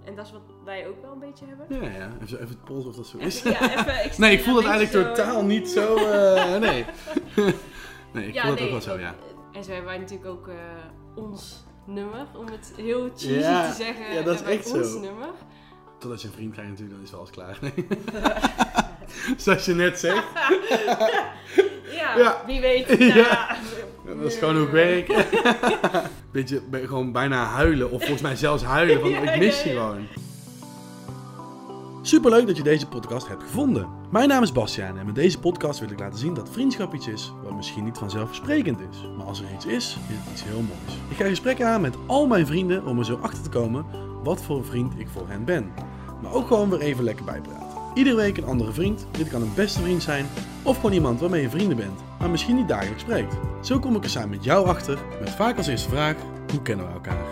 En dat is wat wij ook wel een beetje hebben. Ja. Even het polsen of dat zo is. Nee, ik voel het eigenlijk totaal niet zo... nee. Nee, ik voel het ook wel zo, ja. En zo hebben wij natuurlijk ook ons nummer, om het heel cheesy te zeggen. Ja, dat is echt ons zo. Nummer. Totdat je een vriend krijgt natuurlijk, dan is alles klaar. Nee. Zoals je net zegt. Ja, wie weet. Ja. Dat is gewoon hoe ik werk. Beetje, gewoon bijna huilen, of volgens mij zelfs huilen, van ik mis je gewoon. Superleuk dat je deze podcast hebt gevonden. Mijn naam is Bastiaan en met deze podcast wil ik laten zien dat vriendschap iets is wat misschien niet vanzelfsprekend is. Maar als er iets is het iets heel moois. Ik ga gesprekken aan met al mijn vrienden om er zo achter te komen wat voor een vriend ik voor hen ben. Maar ook gewoon weer even lekker bijpraten. Iedere week een andere vriend. Dit kan een beste vriend zijn of gewoon iemand waarmee je vrienden bent, maar misschien niet dagelijks spreekt. Zo kom ik er samen met jou achter met vaak als eerste vraag: hoe kennen we elkaar?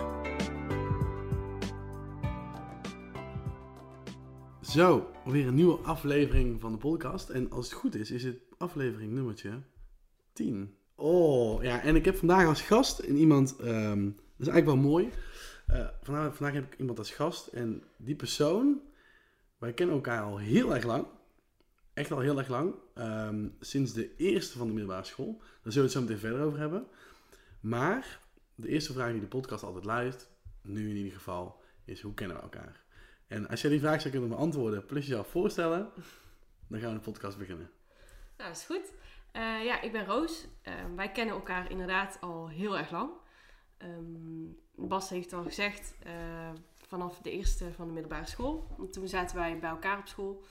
Zo, weer een nieuwe aflevering van de podcast. En als het goed is het aflevering nummertje 10. Oh, ja, en ik heb vandaag als gast iemand, dat is eigenlijk wel mooi. Vandaag heb ik iemand als gast en die persoon, wij kennen elkaar al heel erg lang. Echt al heel erg lang. Sinds de eerste van de middelbare school. Daar zullen we het zo meteen verder over hebben. Maar de eerste vraag die de podcast altijd luidt, nu in ieder geval, is hoe kennen we elkaar? En als jij die vraag zou kunnen beantwoorden, plus jezelf voorstellen, dan gaan we de podcast beginnen. Nou, dat is goed. Ik ben Roos. Wij kennen elkaar inderdaad al heel erg lang. Bas heeft al gezegd, vanaf de eerste van de middelbare school. Want toen zaten wij bij elkaar op school.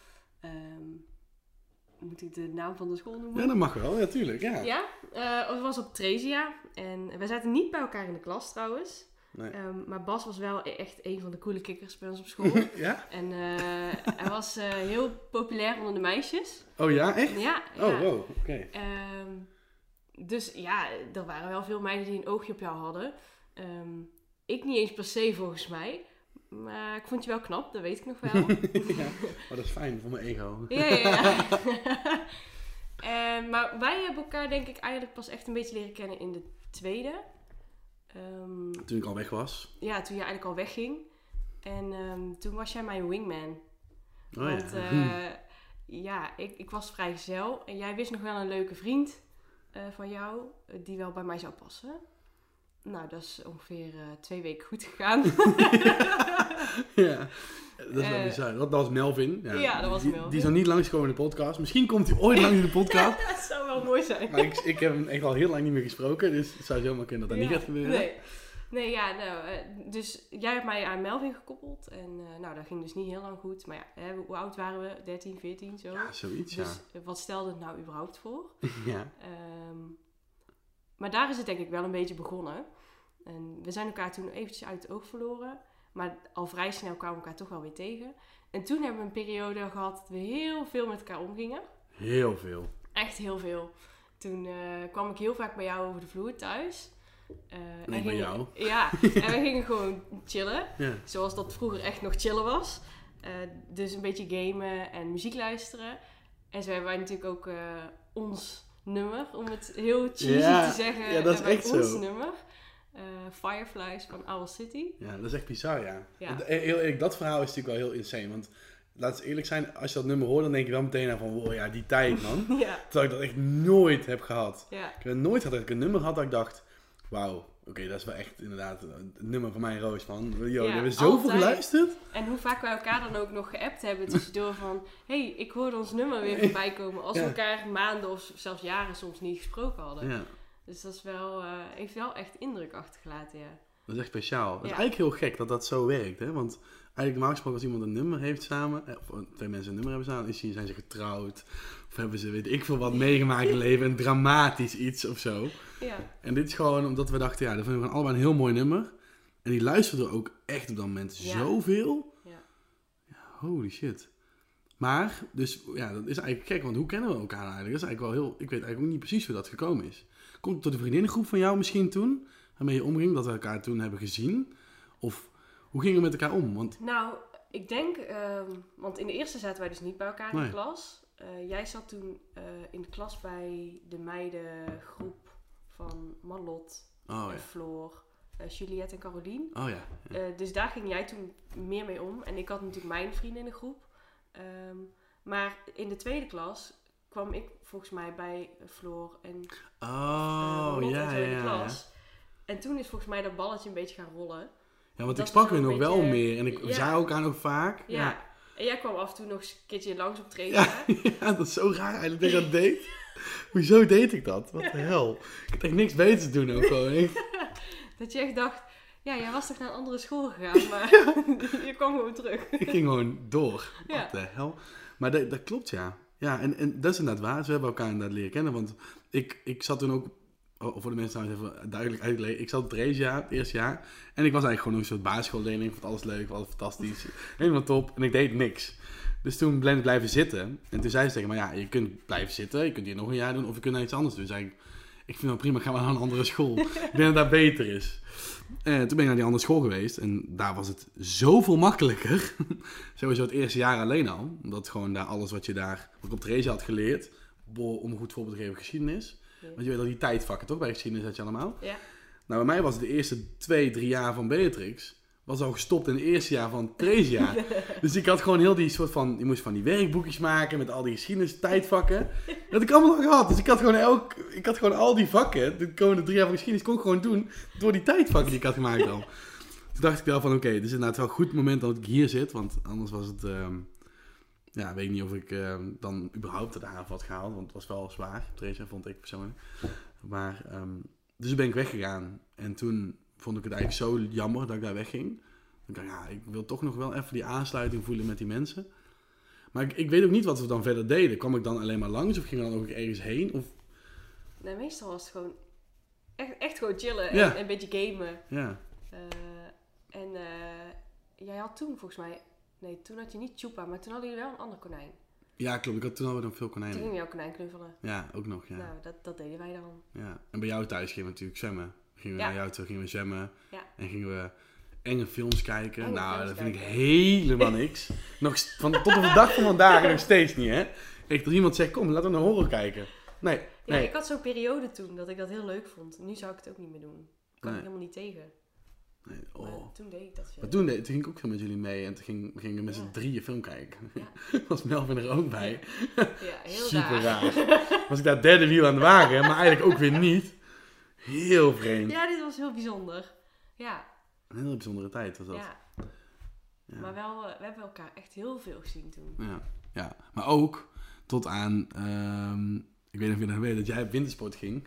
Moet ik de naam van de school noemen? Ja, dat mag wel, ja, tuurlijk. Ja, ja het was op Theresia. En wij zaten niet bij elkaar in de klas trouwens. Nee. Maar Bas was wel echt een van de coole kikkers bij ons op school. Ja? En hij was heel populair onder de meisjes. Oh ja, echt? Ja. Oh, wow, oké. Dus ja, er waren wel veel meiden die een oogje op jou hadden. Ik niet eens per se volgens mij. Maar ik vond je wel knap, dat weet ik nog wel. Ja, maar dat is fijn voor mijn ego. Ja. Maar wij hebben elkaar denk ik eigenlijk pas echt een beetje leren kennen in de tweede. Toen ik al weg was. Ja, toen je eigenlijk al wegging. En toen was jij mijn wingman. Oh, want ik was vrijgezel. En jij wist nog wel een leuke vriend van jou, die wel bij mij zou passen. Nou, dat is ongeveer 2 weken goed gegaan. Ja, dat is wel bizar. Dat was Melvin. Ja, dat was Melvin. Die is nog niet langskomen in de podcast. Misschien komt hij ooit langs in de podcast. Dat zou wel mooi zijn. Maar ik heb hem echt al heel lang niet meer gesproken. Dus het zou zomaar kunnen dat dat niet gaat gebeuren. Dus jij hebt mij aan Melvin gekoppeld. En dat ging dus niet heel lang goed. Maar ja, hoe oud waren we? 13, 14, zo? Ja, zoiets, dus wat stelde het nou überhaupt voor? Ja. Maar daar is het denk ik wel een beetje begonnen. En we zijn elkaar toen eventjes uit het oog verloren. Maar al vrij snel kwamen we elkaar toch wel weer tegen. En toen hebben we een periode gehad dat we heel veel met elkaar omgingen. Heel veel. Echt heel veel. Toen kwam ik heel vaak bij jou over de vloer thuis. Nee, bij jou? Ja, en we gingen gewoon chillen. Ja. Zoals dat vroeger echt nog chillen was. Dus een beetje gamen en muziek luisteren. En zo hebben wij natuurlijk ook ons nummer, om het heel cheesy te zeggen. Ja, dat is echt ons zo. Nummer. Fireflies van Owl City. Ja, dat is echt bizar, ja. Ja. Want heel eerlijk, dat verhaal is natuurlijk wel heel insane. Want laten we eerlijk zijn, als je dat nummer hoort, dan denk je wel meteen aan van, wow, ja, die tijd, man. Ja. Terwijl ik dat echt nooit heb gehad. Ja. Ik heb nooit gehad dat ik een nummer had dat ik dacht, wauw, oké, dat is wel echt inderdaad het nummer van mij en Roos. Van, yo, we hebben zoveel altijd geluisterd. En hoe vaak wij elkaar dan ook nog geappt hebben tussendoor van, hey, ik hoorde ons nummer weer voorbij komen. Als we elkaar maanden of zelfs jaren soms niet gesproken hadden. Ja. Dus dat is wel, heeft wel echt indruk achtergelaten, ja. Dat is echt speciaal. Het is eigenlijk heel gek dat dat zo werkt, hè. Want eigenlijk normaal gesproken als iemand een nummer heeft samen, of 2 mensen een nummer hebben samen, zijn ze getrouwd. Of hebben ze, weet ik veel wat, meegemaakt in het leven. Een dramatisch iets of zo. Ja. En dit is gewoon omdat we dachten, dat vinden we gewoon allebei een heel mooi nummer. En die luisterden ook echt op dat moment zoveel. Ja. Holy shit. Maar, dus ja, dat is eigenlijk gek, want hoe kennen we elkaar eigenlijk? Dat is eigenlijk wel heel, ik weet eigenlijk ook niet precies hoe dat gekomen is. Komt het door de vriendinnengroep van jou misschien toen, waarmee je omging, dat we elkaar toen hebben gezien? Of hoe gingen we met elkaar om? Want... Nou, ik denk, want in de eerste zaten wij dus niet bij elkaar in de klas. Jij zat toen in de klas bij de meidengroep van Marlot en Floor. Juliette en Carolien. Oh ja. Dus daar ging jij toen meer mee om. En ik had natuurlijk mijn vrienden in de groep. Maar in de tweede klas kwam ik volgens mij bij Floor en Lot en zo in de klas. En toen is volgens mij dat balletje een beetje gaan rollen. Ja, want ik sprak hun nog wel meer. En ik zei elkaar nog vaak. Ja. En jij kwam af en toe nog eens een keertje langs op trainen. Ja, dat is zo raar eigenlijk dat ik dat deed. Hoezo deed ik dat? Wat de hel? Ik had echt niks beters te doen ook gewoon. Dat je echt dacht, ja, jij was toch naar een andere school gegaan, maar je kwam gewoon terug. Ik ging gewoon door. Wat de hel? Maar dat klopt, ja. Ja, en dat is inderdaad waar. We hebben elkaar inderdaad leren kennen. Want ik zat toen ook, voor de mensen trouwens even duidelijk uitleggen. Ik zat op het racejaar, het eerste jaar. En ik was eigenlijk gewoon nog een soort basisschoolleerling. Ik vond alles leuk, alles fantastisch. Helemaal top. En ik deed niks. Dus toen ben ik blijven zitten. En toen zei ze tegen me, ja, je kunt blijven zitten. Je kunt hier nog een jaar doen of je kunt naar iets anders doen. Dus ik vind het prima, ga maar naar een andere school. Ik denk dat dat beter is. Toen ben ik naar die andere school geweest. En daar was het zoveel makkelijker. Sowieso het eerste jaar alleen al. Omdat gewoon daar alles wat ik op het race had geleerd. Om een goed voorbeeld te geven geschiedenis. Ja. Want je weet al die tijdvakken toch bij geschiedenis had je allemaal. Ja. Nou, bij mij was het de eerste 2-3 jaar van Beatrix. Was al gestopt in het eerste jaar van het racejaar. Dus ik had gewoon heel die soort van... Je moest van die werkboekjes maken met al die geschiedenis tijdvakken. Dat had ik allemaal nog gehad. Dus ik had gewoon al die vakken. De komende 3 jaar van geschiedenis kon ik gewoon doen. Door die tijdvakken die ik had gemaakt al. Toen dacht ik wel van oké, dit is inderdaad wel een goed moment dat ik hier zit. Want anders was het... weet ik niet of ik dan überhaupt de haven had gehaald. Want het was wel zwaar. Het racejaar vond ik persoonlijk. Maar... dus toen ben ik weggegaan. En toen... vond ik het eigenlijk zo jammer dat ik daar wegging. Ik dacht, ik wil toch nog wel even die aansluiting voelen met die mensen. Maar ik weet ook niet wat we dan verder deden. Kwam ik dan alleen maar langs of ging ik dan ook ergens heen? Of... Nee, meestal was het gewoon echt gewoon chillen en een beetje gamen. Ja. Jij had toen volgens mij... Nee, toen had je niet Chupa, maar toen hadden jullie wel een ander konijn. Ja, klopt. Toen hadden we dan veel konijnen. Toen ging je ook konijn knuffelen. Ja, ook nog, ja. Nou, dat deden wij dan. Ja. En bij jou thuis gingen we natuurlijk zwemmen. Gingen we naar jou toe, gingen we zwemmen. Ja. En gingen we enge films kijken. Dat vind ik helemaal niks. Tot op de dag van vandaag nog steeds niet, hè. Echt, als iemand zegt, kom, laten we naar horror kijken. Nee. Ja, ik had zo'n periode toen dat ik dat heel leuk vond. Nu zou ik het ook niet meer doen. Kan ik helemaal niet tegen. Nee, oh. Maar toen deed ik dat veel. Maar toen ging ik ook veel met jullie mee. En toen gingen we met z'n 3 film kijken. Ja. Was Melvin er ook bij. Ja, heel super raar. Was ik daar derde wiel aan het wagen, maar eigenlijk ook weer niet. Heel vreemd. Ja, dit was heel bijzonder. Ja. Een hele bijzondere tijd was dat. Ja. Maar wel, we hebben elkaar echt heel veel gezien toen. Ja. Maar ook tot aan... ik weet niet of je nog weet dat jij op wintersport ging.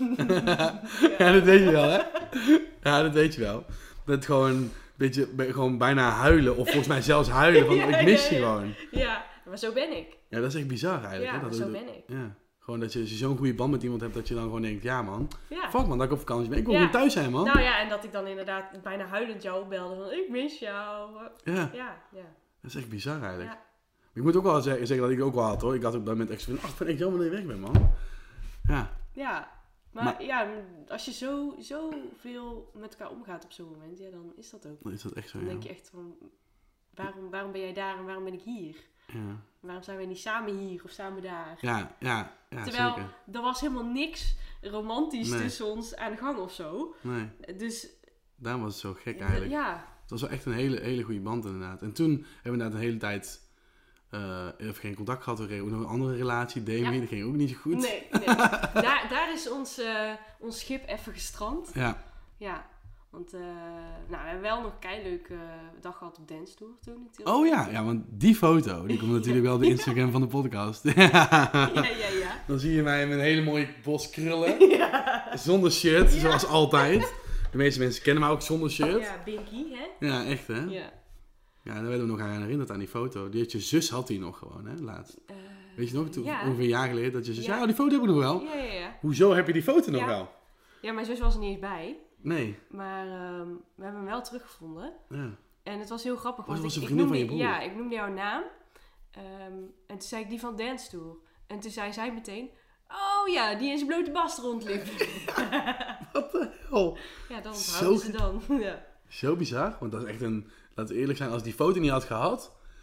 Ja, dat weet je wel, hè? Ja, dat weet je wel. Dat gewoon, gewoon bijna huilen. Of volgens mij zelfs huilen. Van, ik mis je gewoon. Ja, maar zo ben ik. Ja, dat is echt bizar eigenlijk. Ja, hè? Dat zo ben ik. Ja. Gewoon dat je, als je zo'n goede band met iemand hebt, dat je dan gewoon denkt, ja man, fuck man, dat ik op vakantie ben. Ik wil gewoon thuis zijn, man. Nou ja, en dat ik dan inderdaad bijna huilend jou belde van, ik mis jou. Ja. Dat is echt bizar eigenlijk. Ja. Ik moet ook wel zeggen dat ik ook wel had, hoor. Ik had op dat moment echt van, vind ik jammer dat je weg bent, man. Ja. Ja, maar ja, als je zoveel met elkaar omgaat op zo'n moment, ja, dan is dat ook. Dan is dat echt zo, Dan denk je echt van, waarom ben jij daar en waarom ben ik hier? Ja. Waarom zijn wij niet samen hier of samen daar? Ja, terwijl zeker. Er was helemaal niks romantisch tussen ons aan de gang of zo. Nee. Dus... Daarom was het zo gek eigenlijk. Ja. Het was wel echt een hele goede band inderdaad. En toen hebben we inderdaad een hele tijd even geen contact gehad. We kregen ook nog een andere relatie, Demi. Dat ging ook niet zo goed. Nee. Daar is ons schip even gestrand. Ja. Want we hebben wel nog een keileuke dag gehad op Dance Tour toen natuurlijk. Oh ja, want die foto, die komt natuurlijk wel op de Instagram van de podcast. Ja. Dan zie je mij met een hele mooie bos krullen. Ja. Zonder shirt, zoals altijd. De meeste mensen kennen mij ook zonder shirt. Ja, Binky, hè? Ja, echt hè? Ja. Ja, dan werden we nog aan herinnerd aan die foto. Die had je zus had die nog gewoon, hè, laatst. Weet je nog, toen, ongeveer een jaar geleden, dat je zus die foto heb ik nog wel. Ja. Hoezo heb je die foto nog wel? Ja, mijn zus was er niet eens bij. Nee. Maar we hebben hem wel teruggevonden. Ja. En het was heel grappig. Want was een vriendin van je broer? Ja, ik noemde jouw naam. En toen zei ik die van Dance Tour. En toen zei zij meteen... Oh ja, die in zijn blote bast rondliep. Wat de hel? Ja, dan onthouden ze dan. Ja. Zo bizar. Want dat is echt een... Laten we eerlijk zijn, als die foto niet had gehad...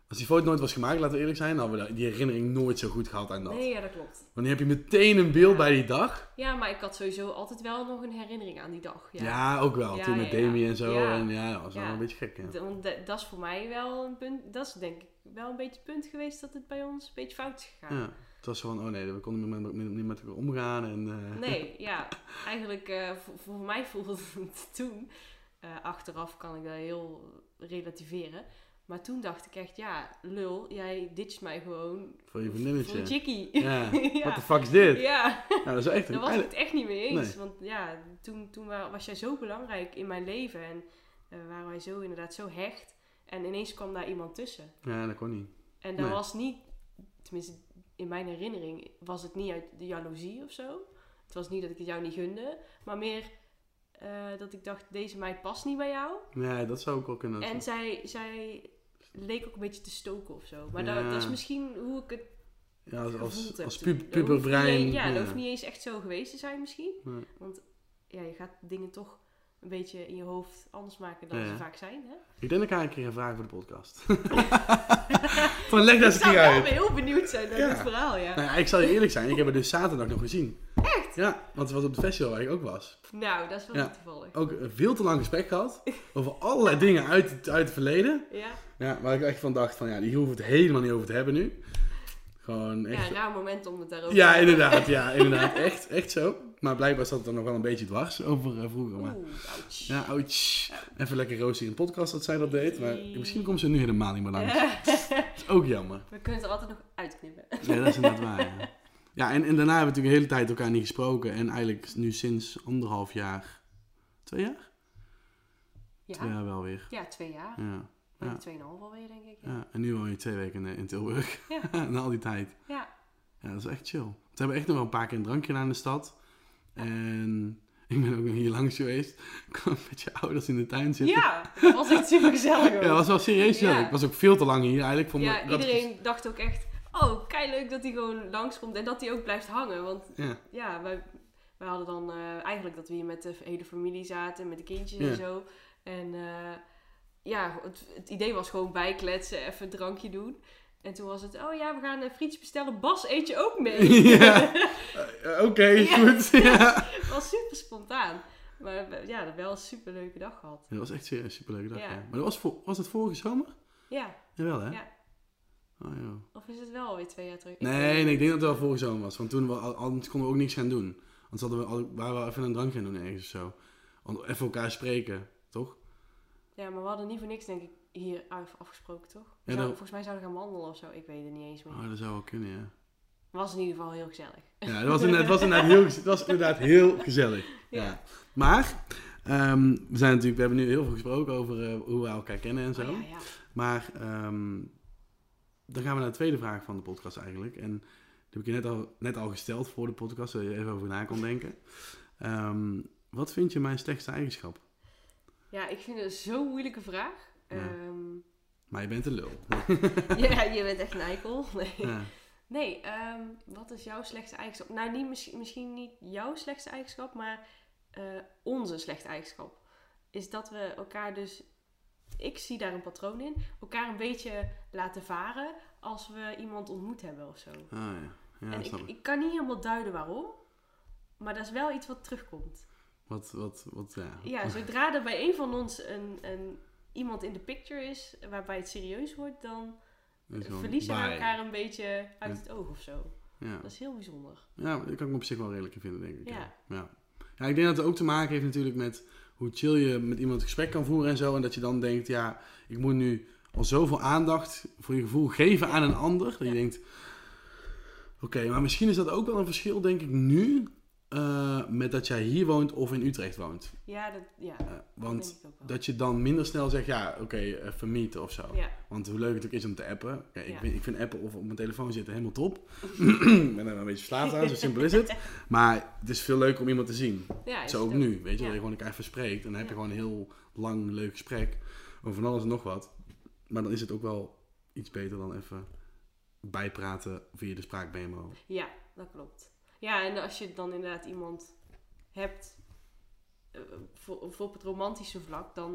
Als die foto nooit was gemaakt, laten we eerlijk zijn, dan hadden we die herinnering nooit zo goed gehad aan dat. Nee, ja, dat klopt. Want nu heb je meteen een beeld bij die dag. Ja, maar ik had sowieso altijd wel nog een herinnering aan die dag. Ja, Ja, ook wel. Ja, toen met ja, Demi ja. en zo. Ja. En ja, dat was wel Ja. een beetje gek. Ja. Want dat is voor mij wel een punt. Dat is denk ik wel een beetje het punt geweest dat het bij ons een beetje fout is gegaan. Ja. Het was zo van, oh nee, we konden niet met elkaar omgaan. En, Nee, ja. Eigenlijk, voor mij voelde het toen... achteraf kan ik dat heel relativeren. Maar toen dacht ik echt, ja, lul, jij ditcht mij gewoon Voor je vriendinnetje. voor een chickie. Ja, Ja. what the fuck is dit? Ja, Ja, dat is wel echt daar een... was ik het echt niet mee eens. Nee. Want ja, toen was jij zo belangrijk in mijn leven. En waren wij zo inderdaad zo hecht. En ineens kwam daar iemand tussen. Ja, dat kon niet. En dat Nee. was niet, tenminste in mijn herinnering, was het niet uit de jaloezie of zo. Het was niet dat ik het jou niet gunde. Maar meer dat ik dacht, deze meid past niet bij jou. Nee, dat zou ook wel kunnen. En zij leek ook een beetje te stoken of zo. Maar Ja. dat is misschien hoe ik het Ja, gevoeld heb als toen. Dat hoeft puberbrein. niet- Ja, dat hoeft niet eens echt zo geweest te zijn misschien. Nee. Want ja, je gaat dingen toch een beetje in je hoofd anders maken dan Ja. ze vaak zijn. Hè? Ik denk dat ik haar een keer ga vragen voor de podcast. Van leg dat Ik eens een zou keer wel uit. weer heel benieuwd zijn naar Ja. dit verhaal, ja. Nou ja, ik zal je eerlijk zijn, ik heb het dus zaterdag nog gezien. Echt? Ja, want het was op het festival waar ik ook was. Nou, dat is wel Ja. niet toevallig. Ook een veel te lang gesprek gehad over allerlei dingen uit het verleden. Ja, Ja, waar ik echt van dacht van ja, die hoeven het helemaal niet over te hebben nu. Gewoon ja, echt... een raar moment om het daarover Ja, te hebben. inderdaad. Ja, inderdaad. Echt zo. Maar blijkbaar zat het er nog wel een beetje dwars over vroeger. Maar... Oeh, ouch. Ja, ouch. Even lekker Roosje in een podcast dat zij dat deed. Maar misschien komt ze nu helemaal niet meer langs. Dat is ook jammer. We kunnen het er altijd nog uitknippen. Ja, dat is inderdaad waar. Ja, ja en daarna hebben we natuurlijk de hele tijd elkaar niet gesproken. En eigenlijk nu sinds 1,5 jaar... 2 jaar? Ja, 2 jaar wel weer. ja 2 jaar. Ja. Ja. 2,5 alweer, denk ik. Ja. Ja. En nu woon je 2 weken in Tilburg. Ja. Na al die tijd. Ja. Ja, dat is echt chill. We hebben echt nog wel een paar keer een drankje gedaan in de stad. En ik ben ook nog hier langs geweest. Ik kwam met je ouders in de tuin zitten. Ja, dat was echt super gezellig hoor. Ja, dat was wel serieus Ja. leuk. Ik was ook veel te lang hier eigenlijk. Vond Ja, ik dat- iedereen dacht ook echt, oh, kei leuk dat hij gewoon langskomt en dat hij ook blijft hangen. Want Ja. ja, wij hadden dan eigenlijk dat we hier met de hele familie zaten, met de kindjes Ja. en zo. En ja, het idee was gewoon bijkletsen, even een drankje doen. En toen was het, oh ja, we gaan frietjes bestellen. Bas, eet je ook mee? Ja. Oké, Ja. goed. Ja. Het was super spontaan. Maar ja, dat wel een super leuke dag gehad. Ja, dat was echt serieus een superleuke dag. Ja. Ja. Maar dat was het vorige zomer? Ja, Jawel, hè? Ja. Oh, ja. of is het wel alweer 2 jaar terug? Ik Nee, weet ik denk dat het wel vorige zomer was. Want toen anders konden we ook niks gaan doen. Anders waren we even een drankje gaan doen ergens of zo. Want even elkaar spreken, toch? Ja, maar we hadden niet voor niks, denk ik, hier afgesproken, toch? Ja, Volgens mij zouden we gaan wandelen of zo. Ik weet het niet eens meer. Oh, dat zou wel kunnen, ja. Het was in ieder geval heel gezellig. Ja, het was inderdaad heel gezellig. Ja. Ja. Maar, we hebben nu heel veel gesproken over hoe we elkaar kennen en zo. Oh, ja. Maar, dan gaan we naar de tweede vraag van de podcast eigenlijk. En die heb ik je net al gesteld voor de podcast, zodat je even over na kon denken. Wat vind je mijn slechtste eigenschap? Ja, ik vind het zo'n moeilijke vraag. Ja. Maar je bent een lul. Ja, je bent echt een eikel. Nee, Ja. nee wat is jouw slechtste eigenschap? Nou, niet, misschien niet jouw slechtste eigenschap, maar onze slechtste eigenschap. Is dat we elkaar dus, ik zie daar een patroon in, elkaar een beetje laten varen als we iemand ontmoet hebben of zo. Ah ja, ja En snap ik. ik kan niet helemaal duiden waarom, maar dat is wel iets wat terugkomt. Ja. Ja, zodra er bij een van ons iemand in de picture is waarbij het serieus wordt, dan Dat is gewoon verliezen we bye. elkaar een beetje uit het oog of zo. Ja. Dat is heel bijzonder. Ja, daar kan ik me op zich wel redelijk in vinden, denk ik. Ja. Ja, ik denk dat het ook te maken heeft natuurlijk met hoe chill je met iemand een gesprek kan voeren en zo. En dat je dan denkt, ja, ik moet nu al zoveel aandacht voor je gevoel geven aan een ander. Dat je denkt, oké, maar misschien is dat ook wel een verschil, denk ik, nu met dat jij hier woont of in Utrecht woont. Ja, dat denk Want ik ook wel. dat je dan minder snel zegt, ja, oké, even meeten of zo. Ja. Want hoe leuk het ook is om te appen. Kijk, Ja. ik vind appen of op mijn telefoon zitten helemaal top. Ik ben er een beetje verslaafd aan, zo simpel is het. Maar het is veel leuker om iemand te zien. Ja, is Zo ook het nu, weet je. Ja. Dat je gewoon elkaar even spreekt. En dan heb je Ja. gewoon een heel lang leuk gesprek. Over van alles en nog wat. Maar dan is het ook wel iets beter dan even bijpraten via de spraakmemo. Ja, dat klopt. Ja, en als je dan inderdaad iemand hebt op het romantische vlak, dan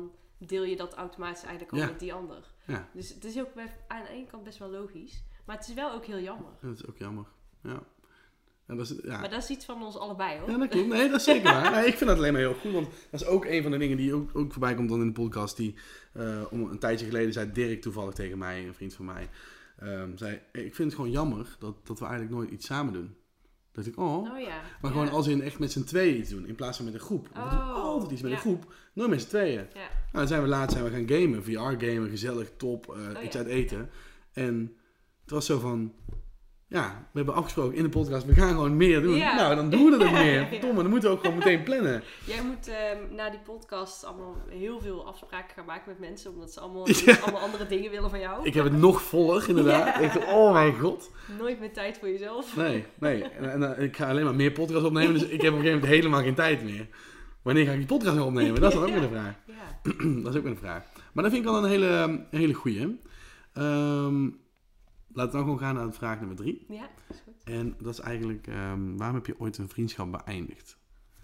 deel je dat automatisch eigenlijk al Ja. met die ander. Ja. Dus het is ook aan de ene kant best wel logisch. Maar het is wel ook heel jammer. Dat is ook jammer. Ja. En dat is, ja. Maar dat is iets van ons allebei, hoor. Ja, dat klopt. Nee, dat is zeker waar. Nee, ik vind dat alleen maar heel goed. Want dat is ook een van de dingen die ook voorbij komt dan in de podcast. Die om een tijdje geleden zei Dirk toevallig tegen mij, een vriend van mij. Zei, ik vind het gewoon jammer dat we eigenlijk nooit iets samen doen. Dat ik, Oh ja. maar gewoon als in echt met z'n tweeën iets doen. In plaats van met een groep. Want we doen altijd iets met een groep. Nooit met z'n tweeën. Ja. Nou, dan zijn we laatst gaan gamen. VR-gamen, gezellig, top. Iets uit eten. En het was zo van... Ja, we hebben afgesproken in de podcast, we gaan gewoon meer doen. Ja. Nou, dan doen we dat ook meer. Ja. Verdomme, dan moeten we ook gewoon meteen plannen. Jij moet na die podcast allemaal heel veel afspraken gaan maken met mensen. Omdat ze allemaal, Ja. allemaal andere dingen willen van jou. Ik heb het nog voller, inderdaad. Ja. Ik dacht, oh mijn god. Nooit meer tijd voor jezelf. Nee. En ik ga alleen maar meer podcasts opnemen, dus ik heb op een gegeven moment helemaal geen tijd meer. Wanneer ga ik die podcast nog opnemen? Dat is dan ook weer de vraag. Ja. Dat is ook weer een vraag. Maar dat vind ik wel een hele goeie. Laten we dan gewoon gaan naar vraag nummer 3. Ja, is goed. En dat is eigenlijk, waarom heb je ooit een vriendschap beëindigd?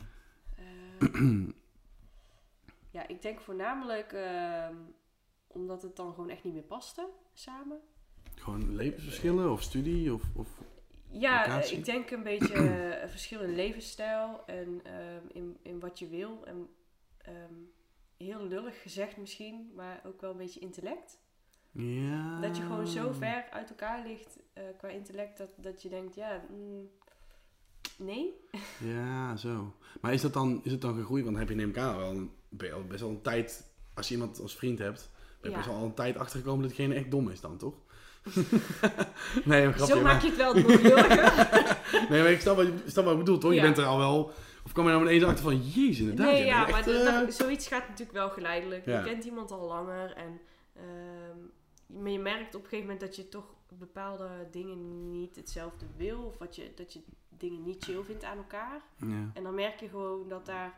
Ja, ik denk voornamelijk omdat het dan gewoon echt niet meer paste samen. Gewoon levensverschillen of studie of Ja, locatie? ik denk een beetje een verschil in levensstijl en in wat je wil. En heel lullig gezegd misschien, maar ook wel een beetje intellect. Ja. Dat je gewoon zo ver uit elkaar ligt qua intellect dat je denkt, ja, nee. Ja, zo. Maar is het dan gegroeid? Want dan heb je neem ik aan ben je al best wel een tijd, als je iemand als vriend hebt, ben je best wel al een tijd achtergekomen dat diegene echt dom is dan, toch? Nee, een grapje. Zo maak je het wel nog lulliger. Nee, maar ik snap wat ik bedoel, toch? Je Ja. bent er al wel... Of kwam je nou ineens achter van, jezus, inderdaad. Nee, je ja, bent maar echt, zoiets gaat natuurlijk wel geleidelijk. Ja. Je kent iemand al langer en maar je merkt op een gegeven moment dat je toch bepaalde dingen niet hetzelfde wil. Of dat je dingen niet chill vindt aan elkaar. Ja. En dan merk je gewoon dat daar,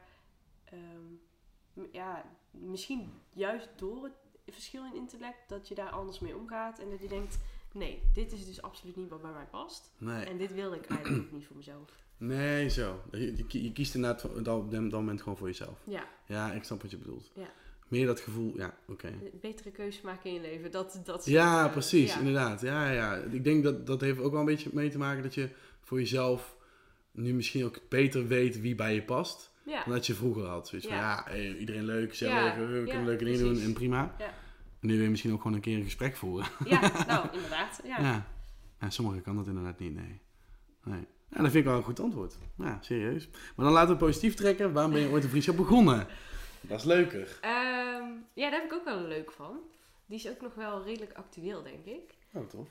misschien juist door het verschil in intellect, dat je daar anders mee omgaat. En dat je denkt, nee, dit is dus absoluut niet wat bij mij past. Nee. En dit wil ik eigenlijk ook niet voor mezelf. Nee, zo. Je kiest inderdaad op dat moment gewoon voor jezelf. Ja, Ja, ik snap wat je bedoelt. Ja. Meer dat gevoel, ja, oké. betere keuzes maken in je leven. Dat Ja, precies, ja. inderdaad. Ja. Ik denk dat heeft ook wel een beetje mee te maken dat je voor jezelf nu misschien ook beter weet wie bij je past. Ja. Dan dat je vroeger had. Zoiets van, hey, iedereen leuk, gezellig, Ja, we kunnen ja, leuke dingen precies. doen en prima. Ja. En nu wil je misschien ook gewoon een keer een gesprek voeren. Ja, nou, inderdaad. Ja. Ja, sommigen kan dat inderdaad niet, nee. Ja, dat vind ik wel een goed antwoord. Ja, serieus. Maar dan laten we positief trekken. Waarom ben je ooit een vriendschap begonnen? Dat is leuker. Ja, daar heb ik ook wel een leuk van. Die is ook nog wel redelijk actueel, denk ik. Oh, tof.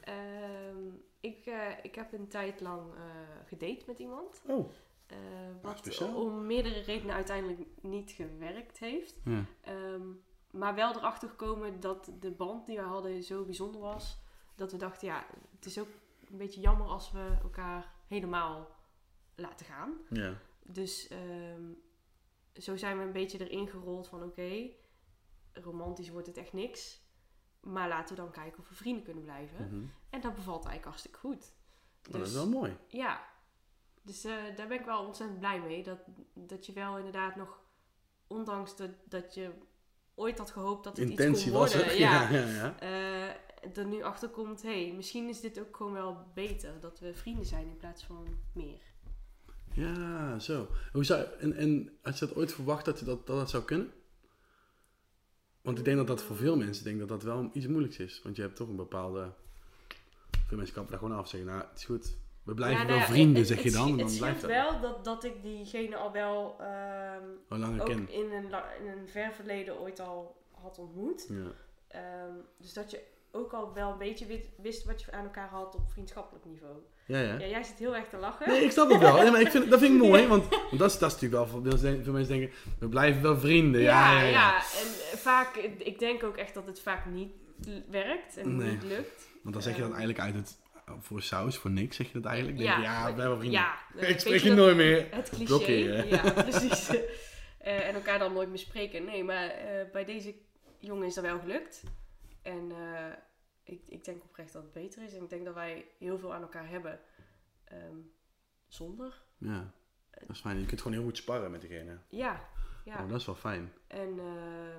Ik heb een tijd lang gedate met iemand. Oh, Wat speciaal. om meerdere redenen uiteindelijk niet gewerkt heeft. ja. Maar wel erachter gekomen dat de band die we hadden zo bijzonder was. Dat we dachten, ja, het is ook een beetje jammer als we elkaar helemaal laten gaan. Ja. Dus zo zijn we een beetje erin gerold van oké, romantisch wordt het echt niks. Maar laten we dan kijken of we vrienden kunnen blijven. Mhm. En dat bevalt eigenlijk hartstikke goed. Maar dat is wel mooi. Ja, dus daar ben ik wel ontzettend blij mee. Dat je wel inderdaad nog, ondanks dat je ooit had gehoopt dat het Intentie iets kon was worden. er. Ja, Ja. er nu achter komt, misschien is dit ook gewoon wel beter. Dat we vrienden zijn in plaats van meer. Ja, zo. En had je dat ooit verwacht dat dat zou kunnen? Want ik denk dat voor veel mensen denk dat wel iets moeilijks is. Want je hebt toch een bepaalde... Veel mensen kappen daar gewoon af en zeggen, nou, het is goed. We blijven wel vrienden, zeg je dan. En dan Het blijft scheelt dat. wel dat ik diegene al wel Al langer ook ken. in een ver verleden ooit al had ontmoet. Ja. Dus dat je ook al wel een beetje wist wat je aan elkaar had op vriendschappelijk niveau. Ja. Ja, jij zit heel erg te lachen. Nee, ik snap het wel. Ja, maar dat vind ik mooi. Want dat is natuurlijk wel veel mensen denken, we blijven wel vrienden. Ja. En vaak, ik denk ook echt dat het vaak niet werkt en niet lukt. Want dan zeg je dat eigenlijk uit het... Voor saus, voor niks zeg je dat eigenlijk. Dan Ja, denk je, we blijven vrienden. Ja, Ik spreek je nooit meer. Het cliché. Blokkeren. Ja, precies. En elkaar dan nooit meer spreken. Nee, maar bij deze jongen is dat wel gelukt. En ik denk oprecht dat het beter is. En ik denk dat wij heel veel aan elkaar hebben. Zonder. Ja, dat is fijn. Je kunt gewoon heel goed sparren met degene. Ja. Oh, dat is wel fijn. En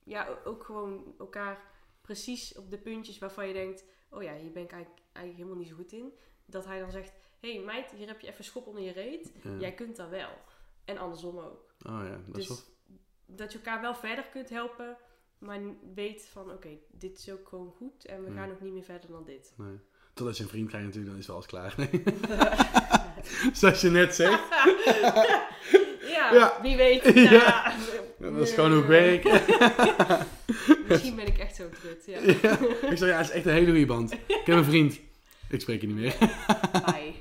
ook gewoon elkaar precies op de puntjes waarvan je denkt, oh ja, hier ben ik eigenlijk helemaal niet zo goed in. Dat hij dan zegt, hé meid, hier heb je even schop onder je reet. Ja. Jij kunt dat wel. En andersom ook. Oh ja, dat Dus is wel... dat je elkaar wel verder kunt helpen, maar weet van, oké, dit is ook gewoon goed en we gaan ook niet meer verder dan dit. Nee. Totdat je een vriend krijgt natuurlijk, dan is wel alles klaar. Zoals je net zegt. Ja, wie weet. Ja. Dat is gewoon hoe ik werk. Misschien ben ik echt zo trut, ja. Ja. Ik zeg, het is echt een hele goede band. Ik heb een vriend. Ik spreek je niet meer. Bye.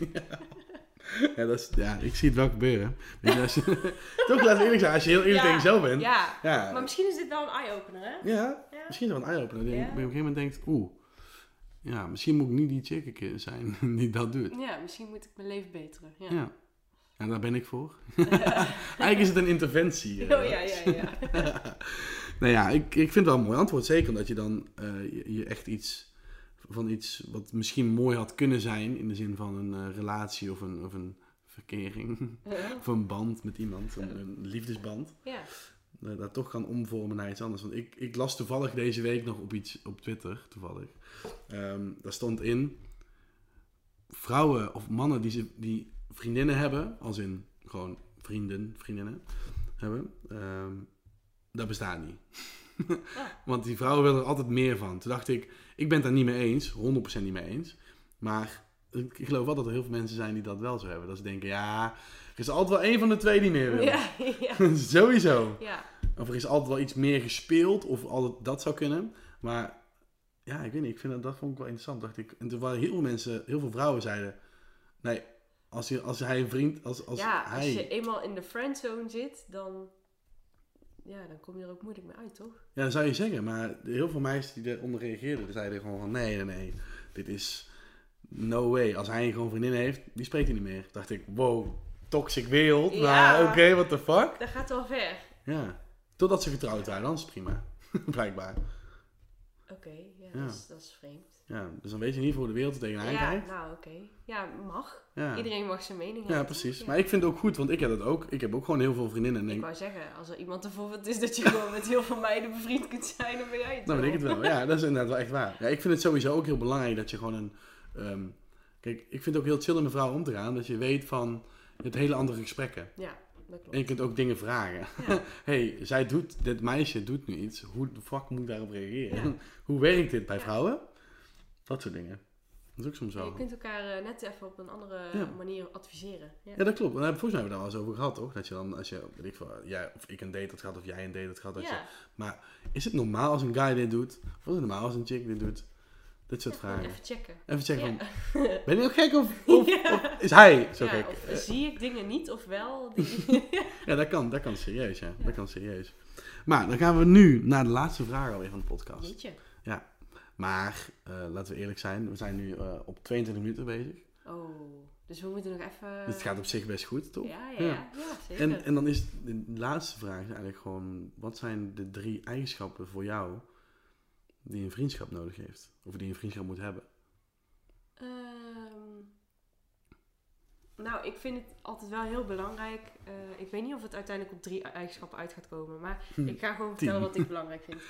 Ja, ik zie het wel gebeuren. Weet je, als je, toch, laten we eerlijk zijn, als je heel eerlijk tegen jezelf bent. Ja. Ja. Maar misschien is dit wel een eye-opener, hè? Ja, misschien is het wel een eye-opener. Dat je op een gegeven moment denkt, ja, misschien moet ik niet die chick zijn die dat doet. Ja, misschien moet ik mijn leven beteren. Ja. Ja. En daar ben ik voor. Eigenlijk is het een interventie. Oh ja. Nou ja, ik vind het wel een mooi antwoord. Zeker omdat je dan je echt iets wat misschien mooi had kunnen zijn. In de zin van een relatie of een verkering. Of een band met iemand. Een liefdesband. Ja. Dat toch kan omvormen naar iets anders. Want ik las toevallig deze week nog op Twitter. Toevallig. Daar stond in. Vrouwen of mannen die vriendinnen hebben. Als in gewoon vriendinnen hebben. Dat bestaat niet. Want die vrouwen willen er altijd meer van. Toen dacht ik ben het daar niet mee eens. 100% niet mee eens. Maar ik geloof wel dat er heel veel mensen zijn die dat wel zo hebben. Dat ze denken, ja, er is altijd wel één van de twee die meer wil. Ja. Sowieso. Ja. Of er is altijd wel iets meer gespeeld. Of altijd dat zou kunnen. Maar ja, ik weet niet. Ik vind dat vond ik wel interessant. Dacht ik. En er waren heel veel vrouwen zeiden, nee, als hij een vriend, als als je eenmaal in de friendzone zit, dan kom je er ook moeilijk mee uit, toch? Ja, dat zou je zeggen. Maar heel veel meisjes die eronder reageerden, die zeiden gewoon van nee. Dit is no way. Als hij gewoon vriendin heeft, die spreekt hij niet meer. Dacht ik, wow, toxic wereld. Ja. Maar oké, what the fuck? Dat gaat wel ver. Ja. Totdat ze getrouwd waren, dan is het prima. Blijkbaar. Oké, dat is vreemd. Ja, dus dan weet je niet voor de wereld tegenaan krijgt. Ja, nou oké. Ja, mag. Ja. Iedereen mag zijn mening hebben. Ja, precies. Ja. Maar ik vind het ook goed, want ik heb dat ook. Ik heb ook gewoon heel veel vriendinnen. Ik wou zeggen, als er iemand een voorbeeld is dat je gewoon met heel veel meiden bevriend kunt zijn, dan ben jij het dan wel. ben ik het wel. Ja, dat is inderdaad wel echt waar. Ja, ik vind het sowieso ook heel belangrijk dat je gewoon kijk, ik vind het ook heel chill om met vrouwen om te gaan. Dat je weet van, je hebt hele andere gesprekken. Ja, dat klopt. En je kunt ook dingen vragen. Ja. Hey, dit meisje doet nu iets. Hoe de fuck moet ik daarop reageren? Ja. Hoe werkt dit bij vrouwen? Dat soort dingen. Dat is ook soms wel. Je kunt elkaar net even op een andere manier adviseren. Ja, dat klopt. Volgens mij hebben we daar wel eens over gehad, toch? Dat je dan, als je, weet ik veel, of ik een date had gehad, of jij een date had gehad. Maar is het normaal als een guy dit doet? Of is het normaal als een chick dit doet? Dit soort vragen. Even checken. Van, ben je ook gek of is hij zo gek? Of zie ik dingen niet of wel? Ja, dat kan serieus. Ja. Dat kan serieus. Maar dan gaan we nu naar de laatste vraag alweer van de podcast. Jeetje. Ja. Maar, laten we eerlijk zijn, we zijn nu op 22 minuten bezig. Oh, dus we moeten nog even... Dus het gaat op zich best goed, toch? Ja, zeker. En dan is de laatste vraag eigenlijk gewoon, wat zijn de 3 eigenschappen voor jou die een vriendschap nodig heeft? Of die een vriendschap moet hebben? Nou, ik vind het altijd wel heel belangrijk. Ik weet niet of het uiteindelijk op 3 eigenschappen uit gaat komen. Maar ik ga gewoon vertellen wat ik belangrijk vind.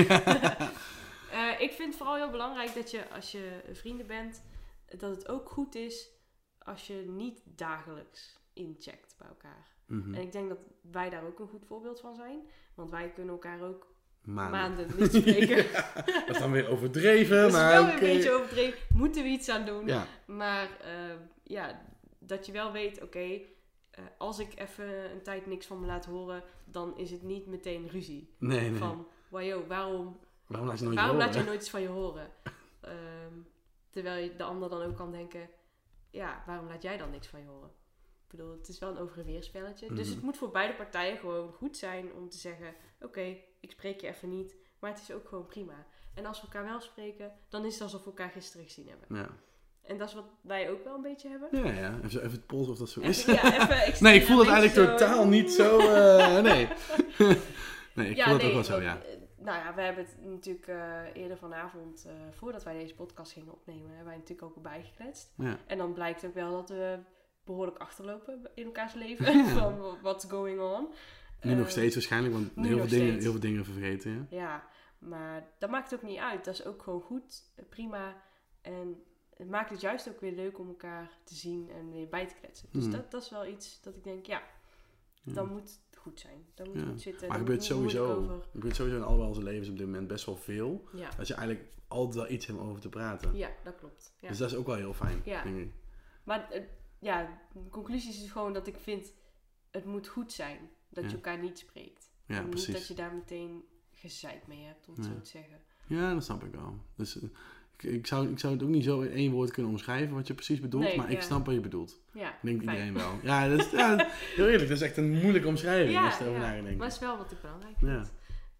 Ik vind het vooral heel belangrijk dat je, als je vrienden bent, dat het ook goed is als je niet dagelijks incheckt bij elkaar. Mm-hmm. En ik denk dat wij daar ook een goed voorbeeld van zijn. Want wij kunnen elkaar ook maanden niet spreken. Dat is dan weer overdreven. Dat maar is wel weer een beetje overdreven. Moeten we iets aan doen. Ja. Maar dat je wel weet, oké, als ik even een tijd niks van me laat horen, dan is het niet meteen ruzie. Nee. Van, wow, waarom laat je nooit iets van je horen? Terwijl je de ander dan ook kan denken, ja, waarom laat jij dan niks van je horen? Ik bedoel, het is wel een over- en weerspelletje. Mm-hmm. Dus het moet voor beide partijen gewoon goed zijn om te zeggen, oké, ik spreek je even niet, maar het is ook gewoon prima. En als we elkaar wel spreken, dan is het alsof we elkaar gisteren gezien hebben. Ja. En dat is wat wij ook wel een beetje hebben. Ja. Even het polsen of dat zo is. Nee, ik voel dat eigenlijk totaal niet zo... nee. Nee, ik voel dat ook wel zo, ja. Nou ja, we hebben het natuurlijk eerder vanavond, voordat wij deze podcast gingen opnemen, hebben wij natuurlijk ook erbij gekletst. Ja. En dan blijkt ook wel dat we behoorlijk achterlopen in elkaars leven. Van what's going on. Nu nog steeds waarschijnlijk, want heel veel dingen vergeten. Ja? Ja, maar dat maakt ook niet uit. Dat is ook gewoon goed, prima. En het maakt het juist ook weer leuk om elkaar te zien en weer bij te kletsen. Dus dat is wel iets dat ik denk, dan moet het goed zijn. Dan moet het goed zitten. Maar het gebeurt sowieso in allebei onze levens op dit moment best wel veel. Ja. Dat je eigenlijk altijd wel iets hebt om over te praten. Ja, dat klopt. Ja. Dus dat is ook wel heel fijn, denk ik. Maar de conclusie is dus gewoon dat ik vind, het moet goed zijn dat je elkaar niet spreekt. Ja, en precies. niet dat je daar meteen gezeik mee hebt, om het zo te zeggen. Ja, dat snap ik wel. Dus ik zou het ook niet zo in 1 woord kunnen omschrijven wat je precies bedoelt, maar ik snap wat je bedoelt. Ja, ik denk iedereen wel. Ja, dat is, heel eerlijk, dat is echt een moeilijke omschrijving als je erover nadenkt. Maar het is wel wat ik belangrijk vind.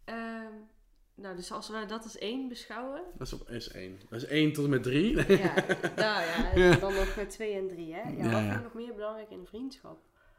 Nou, dus als we dat als 1 beschouwen... Dat is 1. Dat is 1 tot en met 3. Dan nog 2 en 3, hè? Wat vind ik nog meer belangrijk in vriendschap?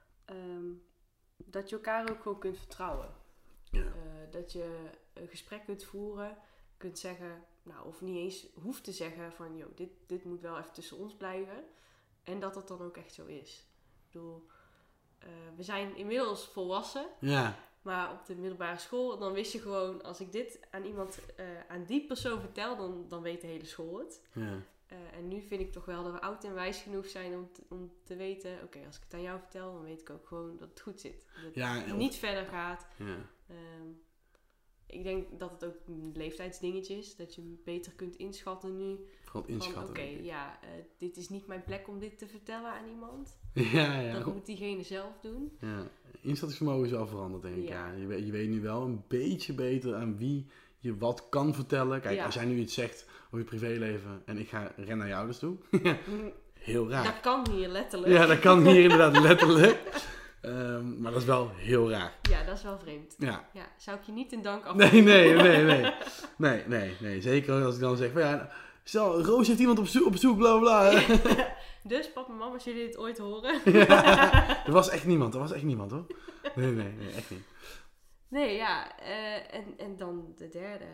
Dat je elkaar ook gewoon kunt vertrouwen. Ja. Dat je een gesprek kunt voeren, kunt zeggen... Nou, of niet eens hoeft te zeggen van... Yo, dit moet wel even tussen ons blijven. En dat het dan ook echt zo is. Ik bedoel, we zijn inmiddels volwassen. Ja. Maar op de middelbare school, dan wist je gewoon... Als ik dit aan iemand, aan die persoon vertel, dan weet de hele school het. Ja. En nu vind ik toch wel dat we oud en wijs genoeg zijn om te weten... Oké, als ik het aan jou vertel, dan weet ik ook gewoon dat het goed zit. Dat het niet verder gaat. Ja. Ik denk dat het ook een leeftijdsdingetje is. Dat je beter kunt inschatten nu. Vooral inschatten. Oké, dit is niet mijn plek om dit te vertellen aan iemand. Ja. Dat moet diegene zelf doen. Ja, inschattingsvermogen is wel veranderd, denk ik. Ja. Je weet nu wel een beetje beter aan wie je wat kan vertellen. Kijk, als jij nu iets zegt over je privéleven en ik ga rennen naar jou dus toe. Heel raar. Dat kan hier letterlijk. Ja, dat kan hier inderdaad letterlijk. Maar dat is wel heel raar. Ja, dat is wel vreemd. Ja. Zou ik je niet in dank afnemen? Nee. Zeker als ik dan zeg van stel, Roos heeft iemand op zoek, bla bla. Dus papa en mama, als jullie dit ooit horen. Er was echt niemand hoor. Nee, echt niet. Nee, en dan de derde.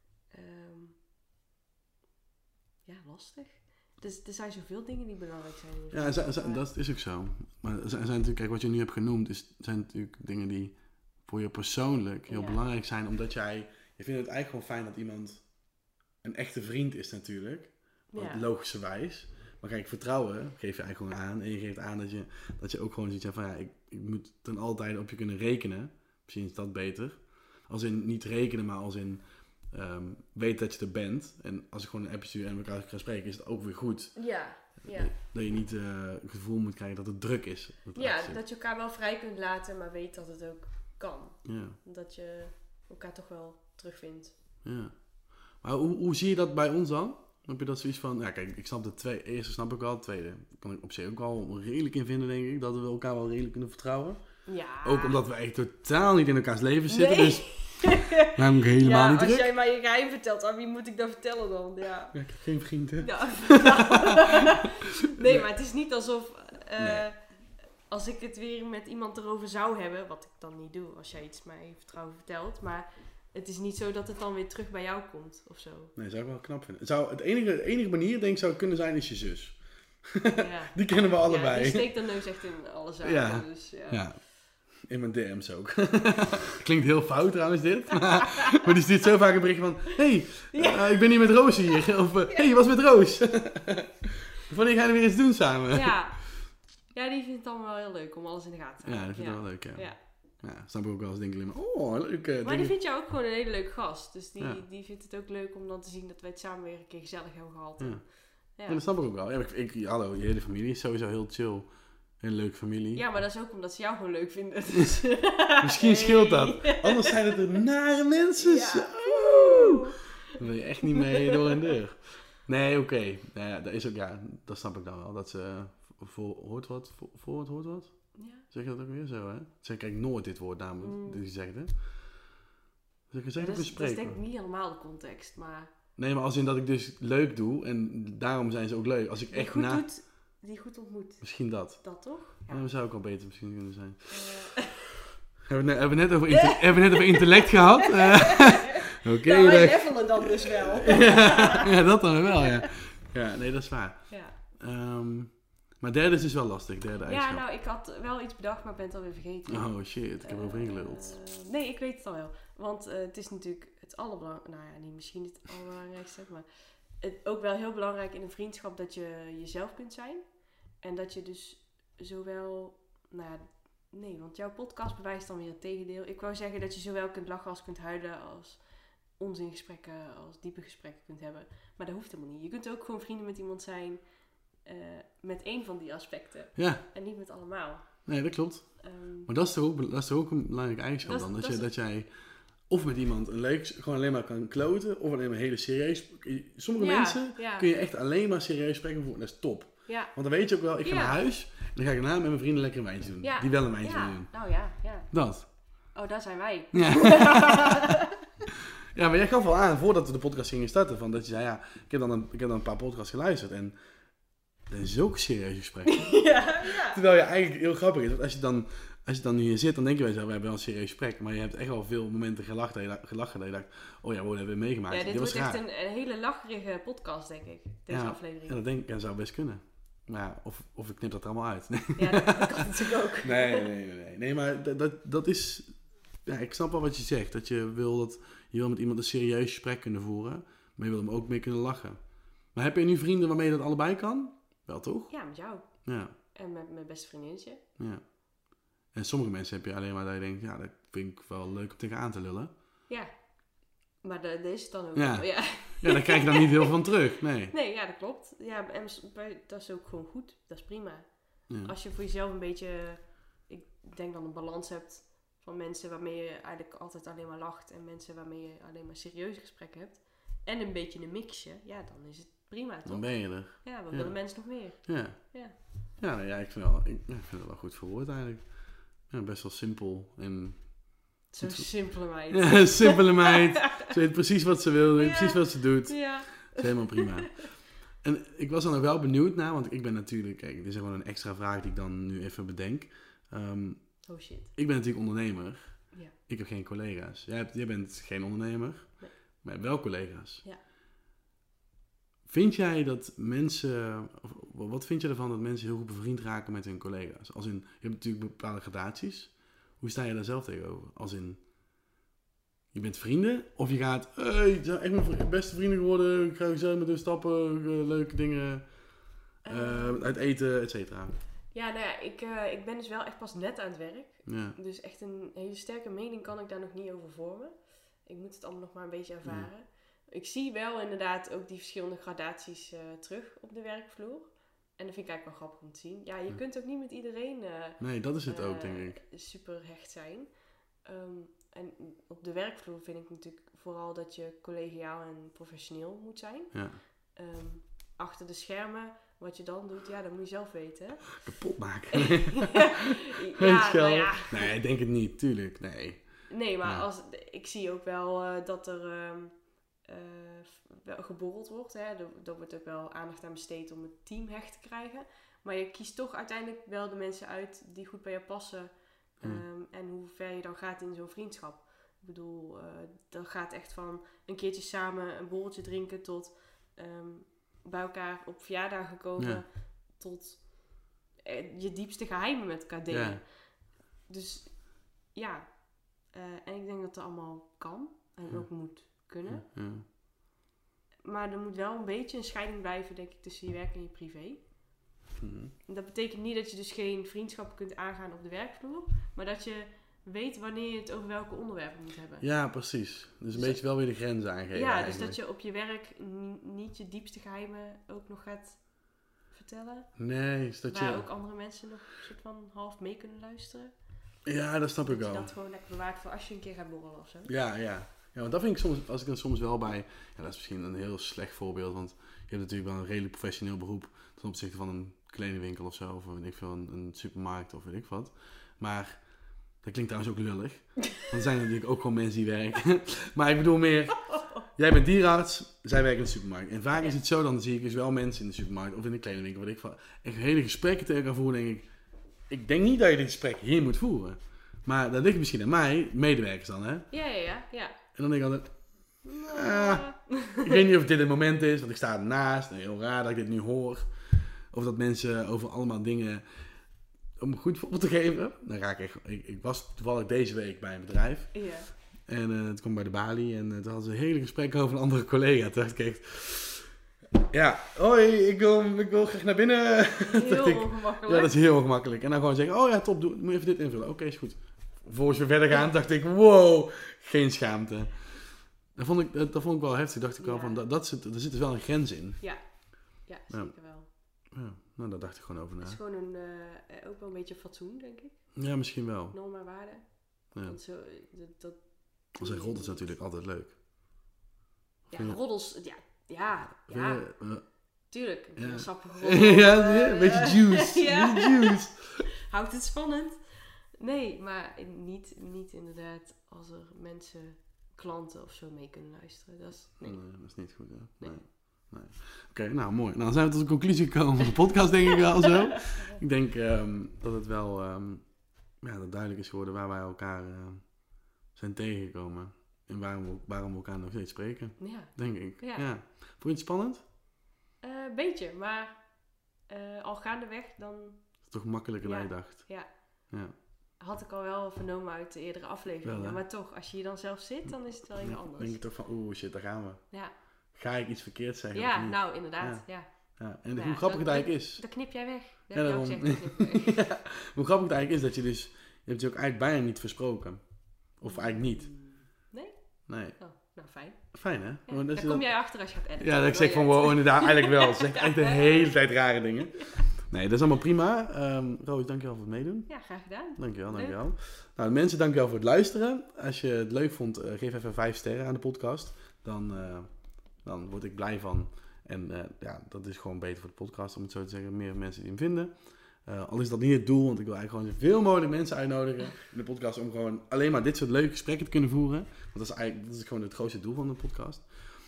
Lastig. Dus er zijn zoveel dingen die belangrijk zijn. Ja, dat is ook zo. Maar er zijn natuurlijk, kijk, wat je nu hebt genoemd, zijn natuurlijk dingen die voor je persoonlijk heel belangrijk zijn. Omdat je vindt het eigenlijk gewoon fijn dat iemand een echte vriend is natuurlijk. Logischerwijs. Maar kijk, vertrouwen geef je eigenlijk gewoon aan. En je geeft aan dat je ook gewoon zoiets hebt van, ik moet ten altijd op je kunnen rekenen. Misschien is dat beter. Als in niet rekenen, maar als in... weet dat je er bent. En als ik gewoon een appje stuur en elkaar ga spreken, is het ook weer goed. Ja. Dat je niet het gevoel moet krijgen dat het druk is. Dat je elkaar wel vrij kunt laten, maar weet dat het ook kan. Ja. Dat je elkaar toch wel terugvindt. Ja. Maar hoe zie je dat bij ons dan? Heb je dat zoiets van... Ja, kijk, ik snap de eerste snap ik wel. De tweede kan ik op zich ook wel redelijk in vinden, denk ik. Dat we elkaar wel redelijk kunnen vertrouwen. Ja. Ook omdat we echt totaal niet in elkaars leven zitten. Nee. Dus... Nou, ik helemaal niet als jij mij je geheim vertelt, aan wie moet ik dat vertellen dan? Ja. Ik heb geen vriend, hè? Ja. Nee, maar het is niet alsof... Als ik het weer met iemand erover zou hebben, wat ik dan niet doe als jij iets mij vertrouwen vertelt, maar het is niet zo dat het dan weer terug bij jou komt of zo. Nee, zou ik wel knap vinden. De enige manier, denk ik, zou kunnen zijn, is je zus. Die kennen we allebei. Ja, die steekt dan neus echt in alle zaken. Ja. Dus, ja. In mijn DM's ook. Klinkt heel fout trouwens dit. Maar die stuurt zo vaak een berichtje van... ik ben hier met Roos hier. Of je was met Roos. Wanneer gaan we weer iets doen samen? Ja, die vindt het dan wel heel leuk om alles in de gaten te houden. Ja, die vindt het wel leuk, ja. Snap ik ook wel eens denk ik alleen maar... leuk. Maar die vindt jou ook gewoon een hele leuke gast. Dus die vindt het ook leuk om dan te zien dat wij het samen weer een keer gezellig hebben gehad. Ja, dat snap ik ook wel. Hallo, je hele familie is sowieso heel chill. Een leuke familie. Ja, maar dat is ook omdat ze jou gewoon leuk vinden. Dus. Misschien scheelt dat. Anders zijn het er nare mensen. Ja. Dan wil je echt niet mee door een deur. Nee, oké. Nou dat is ook, dat snap ik dan wel. Dat ze hoort wat. Ja. Zeg je dat ook weer zo, hè? Zeg ik nooit dit woord namelijk, dit gezegd, hè? Dat is denk ik niet helemaal de context, maar... Nee, maar als in dat ik dus leuk doe en daarom zijn ze ook leuk. Als ik echt die goed ontmoet. Misschien dat. Dat toch? Ja. Dat zou ook al beter misschien kunnen zijn. Hebben we net over intellect gehad? Oké. Nou, wij levelen dan dus wel. ja, dat dan wel, ja. Ja, nee, dat is waar. Ja. Maar derde is dus wel lastig, derde Ja, eigenschap. nou, ik had wel iets bedacht, maar ben het alweer vergeten. Oh shit, ik heb eroverheen geluld. Nee, ik weet het al wel. Want het is natuurlijk het allerbelangrijkste. Nou ja, niet misschien het allerbelangrijkste, maar het ook wel heel belangrijk in een vriendschap dat je jezelf kunt zijn. En dat je dus zowel, nou ja, nee, want jouw podcast bewijst dan weer het tegendeel. Ik wou zeggen dat je zowel kunt lachen als kunt huilen, als onzingesprekken, als diepe gesprekken kunt hebben. Maar dat hoeft helemaal niet. Je kunt ook gewoon vrienden met iemand zijn met één van die aspecten. Ja. En niet met allemaal. Nee, dat klopt. Maar dat is toch ook een belangrijke eigenschap dan? Dat jij of met iemand een leuk, gewoon alleen maar kan kloten, of alleen maar hele serieus. Sommige mensen kun je echt alleen maar serieus spreken voeren. Dat is top. Ja. Want dan weet je ook wel, ik ga naar huis en dan ga ik daarna met mijn vrienden lekker een wijntje doen. Ja. Die wel een wijntje doen. Nou ja. Dat. Oh, daar zijn wij. Ja. Ja, maar jij gaf al aan, voordat we de podcast gingen starten, van dat je zei, ja, ik heb dan een paar podcasts geluisterd en dat is zulke serieuze gesprekken. Ja. Terwijl je eigenlijk heel grappig is, want als je dan nu hier zit, dan denk je bij jezelf, we hebben wel een serieus gesprek, maar je hebt echt wel veel momenten gelachen dat je dacht, oh ja, we hebben we meegemaakt. Ja, dit was wordt echt raar. een hele lacherige podcast, denk ik, deze aflevering. Ja, dat denk ik, dat zou best kunnen. Maar ja, of ik knip dat er allemaal uit. Ja, dat kan natuurlijk ook. Nee, maar dat is... Ja, ik snap wel wat je zegt. Dat je wil met iemand een serieus gesprek kunnen voeren. Maar je wil hem ook mee kunnen lachen. Maar heb je nu vrienden waarmee je dat allebei kan? Wel toch? Ja, met jou. Ja. En met mijn beste vriendinnetje. Ja. En sommige mensen heb je alleen maar dat je denkt... Ja, dat vind ik wel leuk om tegenaan te lullen. Ja. Maar dat is het dan ook Ja. wel, ja. Ja, daar krijg je dan niet heel veel van terug. Nee. Nee, ja, dat klopt. Ja, en dat is ook gewoon goed. Dat is prima. Ja. Als je voor jezelf een beetje... Ik denk dan een balans hebt... Van mensen waarmee je eigenlijk altijd alleen maar lacht. En mensen waarmee je alleen maar serieuze gesprekken hebt. En een beetje een mixje. Ja, dan is het prima, toch? Dan ben je er. Ja, wat willen mensen nog meer? Ja. Ja. Ja, nou ja, ik vind het wel goed verwoord eigenlijk. Ja, best wel simpel. En... Zo'n simpele meid. Ja, simpele meid. Ze weet precies wat ze wil. Weet precies wat ze doet. Ja. Dat is helemaal prima. En ik was dan ook wel benieuwd naar. Want ik ben natuurlijk... Kijk, dit is gewoon een extra vraag die ik dan nu even bedenk. Oh shit. Ik ben natuurlijk ondernemer. Ja. Ik heb geen collega's. Jij bent geen ondernemer. Nee. Maar je hebt wel collega's. Ja. Vind jij dat mensen... Wat vind je ervan dat mensen heel goed bevriend raken met hun collega's? Als in... Je hebt natuurlijk bepaalde gradaties. Hoe sta je daar zelf tegenover? Als in... Je bent vrienden? Of je gaat... Hey, je zijn echt mijn beste vrienden geworden. Ik ga gezellig met hun stappen. Leuke dingen. Uit eten, et cetera. Ja, nou ja, ik ben dus wel echt pas net aan het werk. Ja. Dus echt een hele sterke mening kan ik daar nog niet over vormen. Ik moet het allemaal nog maar een beetje ervaren. Ja. Ik zie wel inderdaad ook die verschillende gradaties terug op de werkvloer. En dat vind ik eigenlijk wel grappig om te zien. Ja, je kunt ook niet met iedereen nee, dat is het ook, denk ik. Super hecht zijn. En op de werkvloer vind ik natuurlijk vooral dat je collegiaal en professioneel moet zijn. Ja. Achter de schermen, wat je dan doet, ja, dat moet je zelf weten. Hè? Kapot maken. Ja, nou ja. Nee, ik denk het niet, tuurlijk. Nee, maar ik zie ook wel dat er wel geborreld wordt. Hè? Er wordt ook wel aandacht aan besteed om het team hecht te krijgen. Maar je kiest toch uiteindelijk wel de mensen uit die goed bij je passen. En hoe ver je dan gaat in zo'n vriendschap. Ik bedoel, dat gaat echt van een keertje samen een borreltje drinken tot bij elkaar op verjaardagen komen. Ja. Tot je diepste geheimen met elkaar delen. Ja. Dus ja, en ik denk dat dat allemaal kan en ook moet kunnen. Ja. Maar er moet wel een beetje een scheiding blijven, denk ik, tussen je werk en je privé. Dat betekent niet dat je dus geen vriendschap kunt aangaan op de werkvloer, maar dat je weet wanneer je het over welke onderwerpen moet hebben. Ja, precies. Dus een beetje wel weer de grenzen aangeven. Ja, eigenlijk. Dus dat je op je werk niet je diepste geheimen ook nog gaat vertellen. Nee, is dat waar ook andere mensen nog soort van half mee kunnen luisteren. Ja, dat snap ik wel. Dat je dat gewoon lekker bewaart voor als je een keer gaat borrelen of zo. Ja, want dat vind ik soms, als ik dan soms wel bij... Ja, dat is misschien een heel slecht voorbeeld, want je hebt natuurlijk wel een redelijk professioneel beroep ten opzichte van een kledingwinkel of zo, of weet ik veel, een supermarkt of weet ik wat. Maar dat klinkt trouwens ook lullig, want er zijn natuurlijk ook gewoon mensen die werken. Maar ik bedoel meer, jij bent dierenarts, zij werken in de supermarkt. En vaak is het zo, dan zie ik dus wel mensen in de supermarkt of in de kledingwinkel, weet ik van, echt hele gesprekken tegen elkaar voeren, denk ik denk niet dat je dit gesprek hier moet voeren. Maar dat ligt misschien aan mij, medewerkers dan, hè? Ja. En dan denk ik altijd, ik weet niet of dit het moment is, want ik sta ernaast. Heel raar dat ik dit nu hoor. Of dat mensen over allemaal dingen, om een goed voorbeeld te geven. Dan raak ik was toevallig deze week bij een bedrijf. Ja. En toen kwam ik bij de balie en toen hadden ze een hele gesprek over een andere collega. Toen dacht ik echt, ja, hoi, ik wil graag naar binnen. Heel ongemakkelijk. Ja, dat is heel ongemakkelijk. En dan gewoon zeggen, oh ja, top, moet je even dit invullen. Oké, is goed. Vervolgens weer verder gaan, dacht ik, wow, geen schaamte. Dat vond ik wel heftig. Dacht ik wel van, er zit dus wel een grens in. Ja, zeker wel. Ja, nou, daar dacht ik gewoon over na. Het is gewoon ook wel een beetje fatsoen, denk ik. Ja, misschien wel. Norm en waarde. Ja. Want zo, Als een roddel is natuurlijk altijd leuk. Ja, roddels, ja. Tuurlijk. Ja. Een sappige roddel. Ja, een beetje juice. Ja. Een beetje juice. Houdt het spannend? Nee, maar niet inderdaad als er mensen, klanten of zo mee kunnen luisteren. Dat is niet goed, hè? Nee. Oké, nou mooi. Nou, dan zijn we tot de conclusie gekomen van de podcast, denk ik wel zo. Ik denk dat het wel dat duidelijk is geworden waar wij elkaar zijn tegengekomen. En waarom we elkaar nog steeds spreken. Ja. Denk ik. Ja. Vond je het spannend? Beetje, maar al gaandeweg dan... Het is toch makkelijker dan je dacht. Ja. Ja. Had ik al wel vernomen uit de eerdere afleveringen. Wel, maar toch, als je hier dan zelf zit, dan is het wel even anders. Dan denk je toch van, shit, daar gaan we. Ja. Ga ik iets verkeerd zeggen? Ja, nou inderdaad. Ja. En hoe grappig het eigenlijk is. Dat knip jij weg. Dat heb je ook gezegd. Hoe grappig het eigenlijk is dat je dus... Je hebt je ook eigenlijk bijna niet versproken. Of eigenlijk niet. Nee. Oh, nou, fijn. Fijn, hè? Ja, daar kom jij achter als je gaat editen. Ja, dat ik zeg van, wow, inderdaad, eigenlijk wel. Ze zegt echt de hele tijd rare dingen. Nee, dat is allemaal prima. Roos, dankjewel voor het meedoen. Ja, graag gedaan. Dankjewel. Nou, mensen, dankjewel voor het luisteren. Als je het leuk vond, geef even 5 sterren aan de podcast. Dan word ik blij van. En dat is gewoon beter voor de podcast, om het zo te zeggen. Meer mensen die hem vinden. Al is dat niet het doel, want ik wil eigenlijk gewoon zoveel mogelijk mensen uitnodigen in de podcast om gewoon alleen maar dit soort leuke gesprekken te kunnen voeren. Want dat is gewoon het grootste doel van de podcast.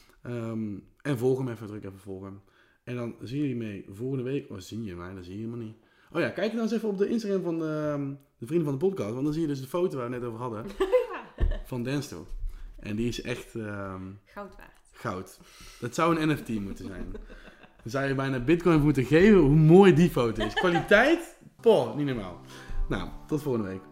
En volg hem even, druk even volgen. En dan zie je je mee volgende week. Dat zie je mij helemaal niet. Oh ja, kijk dan eens even op de Instagram van de vrienden van de podcast. Want dan zie je dus de foto waar we het net over hadden. Van Dansto. En die is echt... goud waard. Goud. Dat zou een NFT moeten zijn. Dan zou je bijna Bitcoin moeten geven hoe mooi die foto is. Kwaliteit? Niet normaal. Nou, tot volgende week.